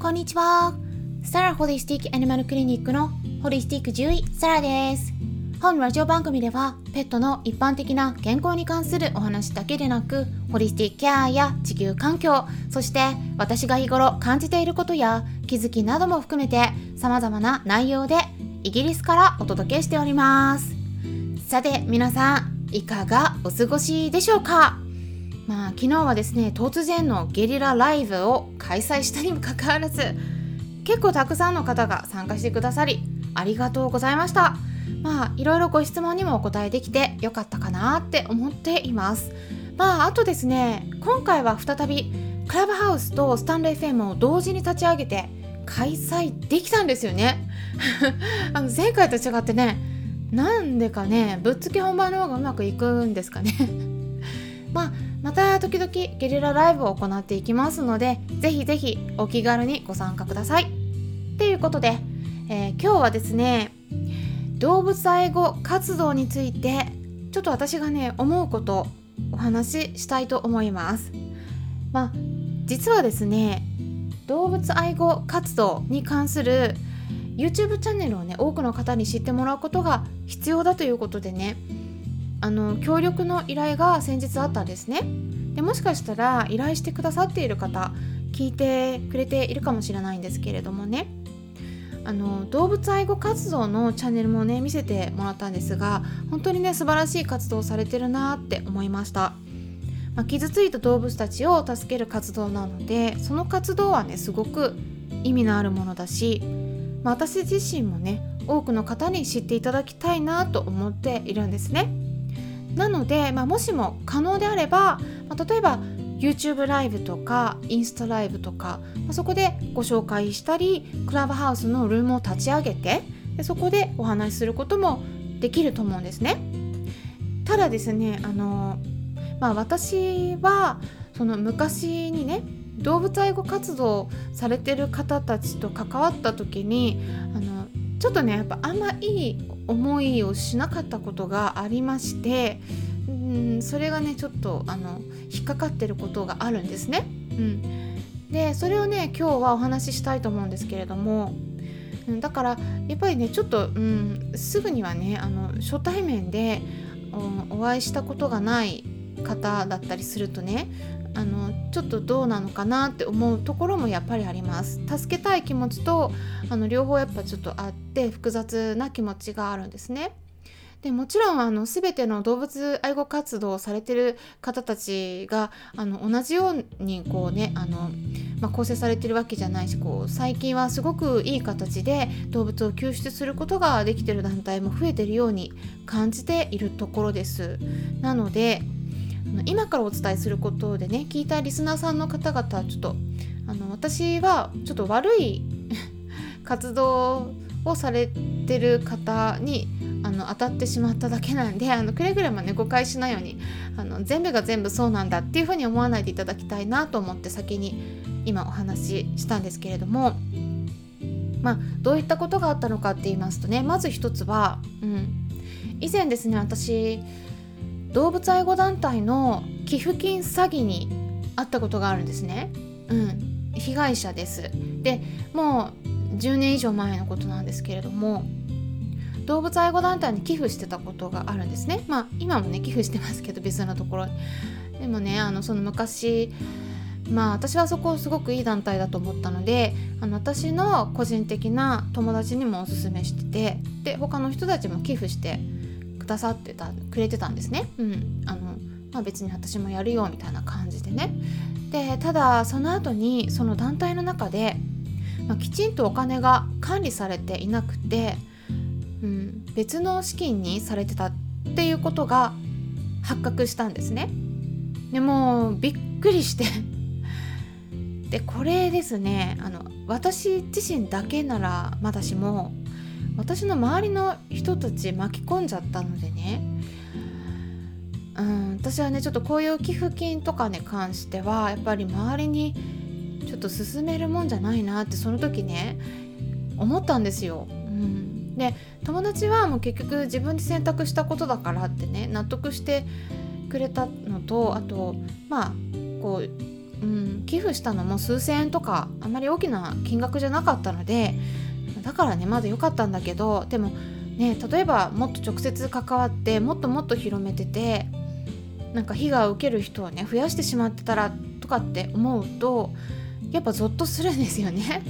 こんにちは。サラホリスティックアニマルクリニックのホリスティック獣医サラです。本ラジオ番組ではペットの一般的な健康に関するお話だけでなく、ホリスティックケアや地球環境、そして私が日頃感じていることや気づきなども含めて様々な内容でイギリスからお届けしております。さて皆さん、いかがお過ごしでしょうか。昨日はですね、突然のゲリラライブを開催したにもかかわらず、結構たくさんの方が参加してくださりありがとうございました。いろいろご質問にもお答えできてよかったかなって思っています。あとですね、今回は再びクラブハウスとスタンレー FM を同時に立ち上げて開催できたんですよね前回と違ってね、なんでかね、ぶっつけ本番の方がうまくいくんですかねまた時々ゲリラライブを行っていきますので、ぜひぜひお気軽にご参加ください。ということで、今日はですね、動物愛護活動についてちょっと私がね思うことをお話ししたいと思います。実はですね、動物愛護活動に関する YouTube チャンネルをね、多くの方に知ってもらうことが必要だということでね、協力の依頼が先日あったんですね。でもしかしたら依頼してくださっている方、聞いてくれているかもしれないんですけれどもね、動物愛護活動のチャンネルもね見せてもらったんですが、本当にね素晴らしい活動をされてるなって思いました。傷ついた動物たちを助ける活動なので、その活動はねすごく意味のあるものだし、私自身もね多くの方に知っていただきたいなと思っているんですね。なので、もしも可能であれば、例えば YouTube ライブとかインスタライブとか、そこでご紹介したり、クラブハウスのルームを立ち上げて、でそこでお話しすることもできると思うんですね。ただですね、私はその昔にね、動物愛護活動されてる方たちと関わった時に、ちょっとねやっぱあんまいい思いをしなかったことがありまして、それがねちょっと引っかかってることがあるんですね。でそれをね今日はお話ししたいと思うんですけれども、だからやっぱりねちょっと、すぐにはね初対面でお会いしたことがない方だったりするとね、ちょっとどうなのかなって思うところもやっぱりあります。助けたい気持ちと両方やっぱちょっとあって、複雑な気持ちがあるんですね。でもちろん全ての動物愛護活動をされてる方たちが同じようにこうね構成されてるわけじゃないし、最近はすごくいい形で動物を救出することができてる団体も増えてるように感じているところです。なので今からお伝えすることでね、聞いたリスナーさんの方々、ちょっと私はちょっと悪い活動をされてる方に当たってしまっただけなんで、くれぐれもね誤解しないように、全部が全部そうなんだっていうふうに思わないでいただきたいなと思って先に今お話ししたんですけれども、どういったことがあったのかって言いますとね、まず一つは、以前ですね、私動物愛護団体の寄付金詐欺に遭ったことがあるんですね。被害者です。でもう10年以上前のことなんですけれども、動物愛護団体に寄付してたことがあるんですね。今もね寄付してますけど、別のところでもね、その昔私はそこすごくいい団体だと思ったので、私の個人的な友達にもおすすめしてて、で他の人たちも寄付してくださってくれてたんですね。別に私もやるよみたいな感じでね。でただその後にその団体の中で、きちんとお金が管理されていなくて、別の資金にされてたっていうことが発覚したんですね。でもうびっくりしてでこれですね、私自身だけならまだしも、私の周りの人たち巻き込んじゃったのでね、私はねちょっとこういう寄付金とかに関してはやっぱり周りにちょっと勧めるもんじゃないなってその時ね思ったんですよ。で友達はもう結局自分で選択したことだからってね納得してくれたのと、あと寄付したのも数千円とかあまり大きな金額じゃなかったので、だからねまだ良かったんだけど、でもね、例えばもっと直接関わってもっともっと広めてて、なんか被害を受ける人をね増やしてしまってたらとかって思うと、やっぱゾッとするんですよね。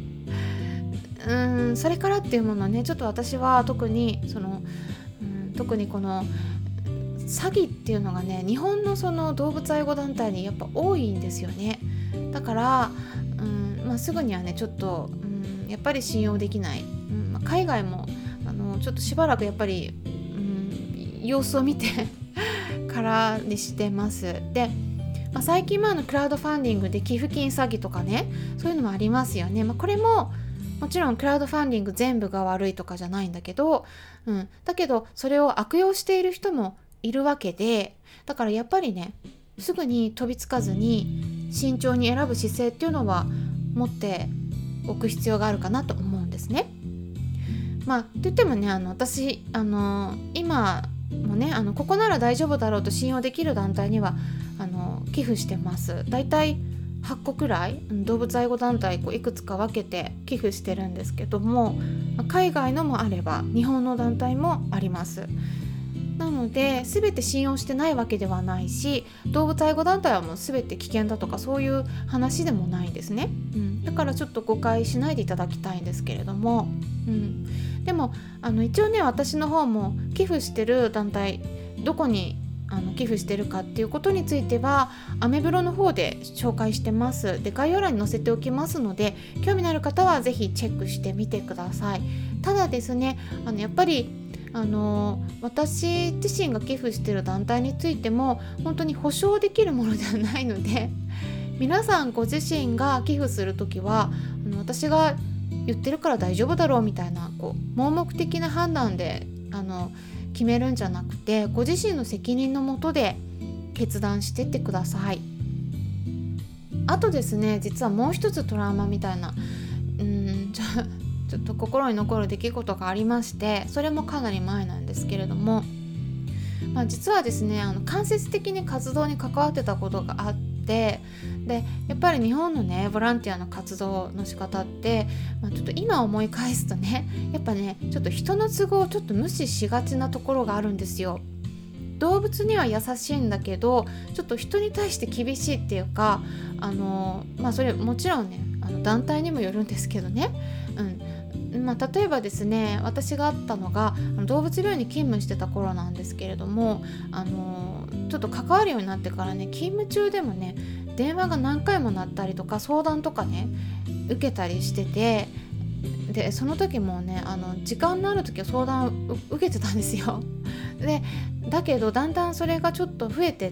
それからっていうものね、ちょっと私は特に特にこの詐欺っていうのがね、日本のその動物愛護団体にやっぱ多いんですよね。だから、すぐにはねちょっと、やっぱり信用できない、海外もちょっとしばらくやっぱり、様子を見てからにしてます。で、最近クラウドファンディングで寄付金詐欺とかね、そういうのもありますよね。これももちろんクラウドファンディング全部が悪いとかじゃないんだけど、だけどそれを悪用している人もいるわけで、だからやっぱりね、すぐに飛びつかずに慎重に選ぶ姿勢っていうのは持っておく必要があるかなと思うんですね。って言ってもね、私今もねここなら大丈夫だろうと信用できる団体には寄付してます。だいたい8個くらい動物愛護団体いくつか分けて寄付してるんですけども、海外のもあれば日本の団体もあります。なので全て信用してないわけではないし、動物愛護団体はもう全て危険だとかそういう話でもないんですね。だからちょっと誤解しないでいただきたいんですけれども、でも一応ね、私の方も寄付してる団体どこに寄付してるかっていうことについてはアメブロの方で紹介してます。で、概要欄に載せておきますので、興味のある方はぜひチェックしてみてください。ただですね、やっぱり私自身が寄付してる団体についても本当に保証できるものではないので、皆さんご自身が寄付するときは私が言ってるから大丈夫だろうみたいな盲目的な判断で決めるんじゃなくて、ご自身の責任のもとで決断してってください。あとですね、実はもう一つトラウマみたいなちょっと心に残る出来事がありまして、それもかなり前なんですけれども、実はですね間接的に活動に関わってたことがあって、でやっぱり日本のねボランティアの活動の仕方って、ちょっと今思い返すとね、やっぱねちょっと人の都合をちょっと無視しがちなところがあるんですよ。動物には優しいんだけど、ちょっと人に対して厳しいっていうか、それもちろんね団体にもよるんですけどね、例えばですね、私があったのが動物病院に勤務してた頃なんですけれども、ちょっと関わるようになってからね、勤務中でもね電話が何回も鳴ったりとか相談とかね受けたりしてて、でその時もね時間のある時は相談を受けてたんですよ。でだけどだんだんそれがちょっと増えてって、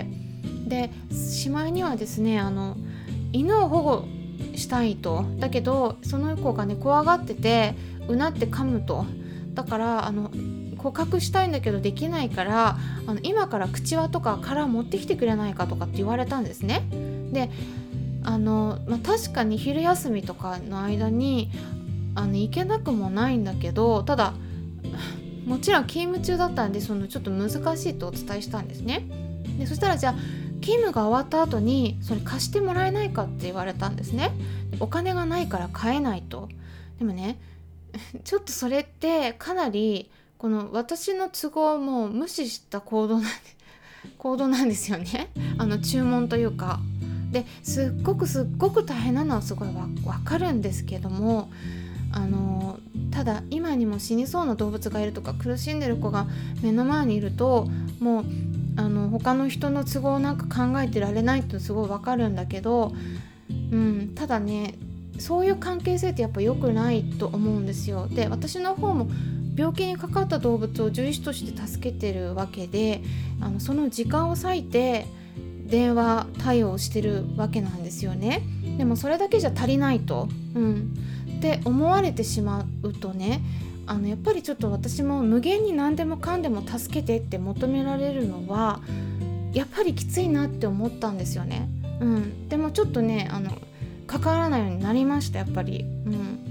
でしまいにはですね犬を保護したいと、だけどその子がね怖がっててうなって噛むと、だから捕獲したいんだけどできないから今から口輪とか殻持ってきてくれないかとかって言われたんですね。で確かに昼休みとかの間に行けなくもないんだけど、ただもちろん勤務中だったんでちょっと難しいとお伝えしたんですね。でそしたら、じゃあ勤務が終わった後にそれ貸してもらえないかって言われたんですね。お金がないから買えないと。でもねちょっとそれってかなりこの私の都合をもう無視した行動なんですよね。注文というかですっごく大変なのはすごいわかるんですけども、ただ今にも死にそうな動物がいるとか苦しんでる子が目の前にいると、もう他の人の都合なんか考えてられないってすごいわかるんだけど、ただねそういう関係性ってやっぱ良くないと思うんですよ。で私の方も病気にかかった動物を獣医師として助けてるわけで、その時間を割いて電話対応してるわけなんですよね。でもそれだけじゃ足りないと、って思われてしまうとね、やっぱりちょっと私も無限に何でもかんでも助けてって求められるのはやっぱりきついなって思ったんですよね。でもちょっとね関わらないようになりました。やっぱり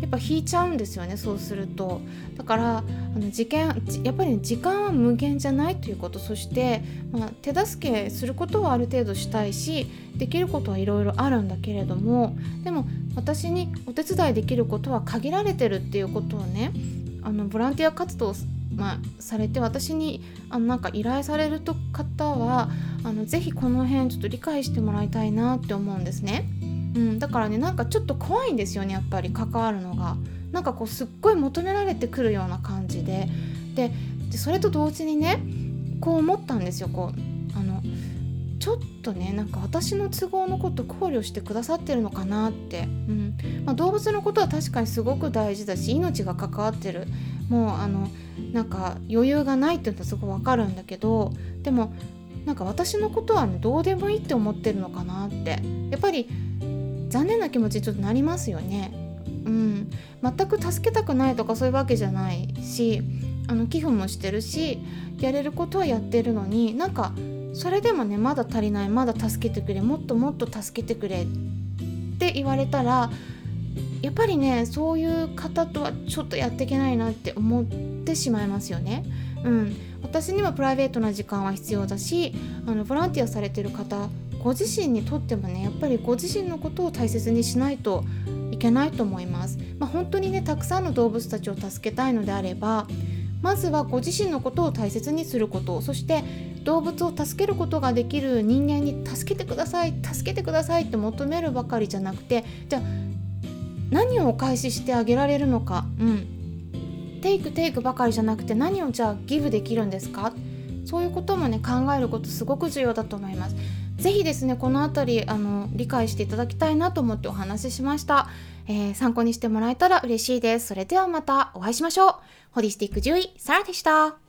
っぱ引いちゃうんですよね、そうすると。だからやっぱり、時間は無限じゃないということ、そして、手助けすることはある程度したいし、できることはいろいろあるんだけれども、でも私にお手伝いできることは限られてるっていうことをね、ボランティア活動を、されて私になんか依頼される方はぜひこの辺ちょっと理解してもらいたいなって思うんですね。だからね、なんかちょっと怖いんですよね、やっぱり関わるのが。なんかこうすっごい求められてくるような感じでそれと同時にね、こう思ったんですよ。ちょっとね、なんか私の都合のこと考慮してくださってるのかなって、動物のことは確かにすごく大事だし、命が関わってる、もうなんか余裕がないっていうのはすごいわかるんだけど、でもなんか私のことはね、どうでもいいって思ってるのかなって、やっぱり残念な気持ちにちょっとなりますよね。全く助けたくないとかそういうわけじゃないし、寄付もしてるし、やれることはやってるのに、なんかそれでもね、まだ足りない、まだ助けてくれ、もっともっと助けてくれって言われたら、やっぱりね、そういう方とはちょっとやっていけないなって思ってしまいますよね。私にはプライベートな時間は必要だし、ボランティアされてる方ご自身にとってもね、やっぱりご自身のことを大切にしないといけないと思います。本当にね、たくさんの動物たちを助けたいのであれば、まずはご自身のことを大切にすること、そして動物を助けることができる人間に助けてください、助けてくださいって求めるばかりじゃなくて、じゃあ何をお返ししてあげられるのか、テイクばかりじゃなくて、何をじゃあギブできるんですか、そういうこともね、考えることすごく重要だと思います。ぜひですね、このあたり理解していただきたいなと思ってお話ししました。参考にしてもらえたら嬉しいです。それではまたお会いしましょう。ホリスティック獣医サラでした。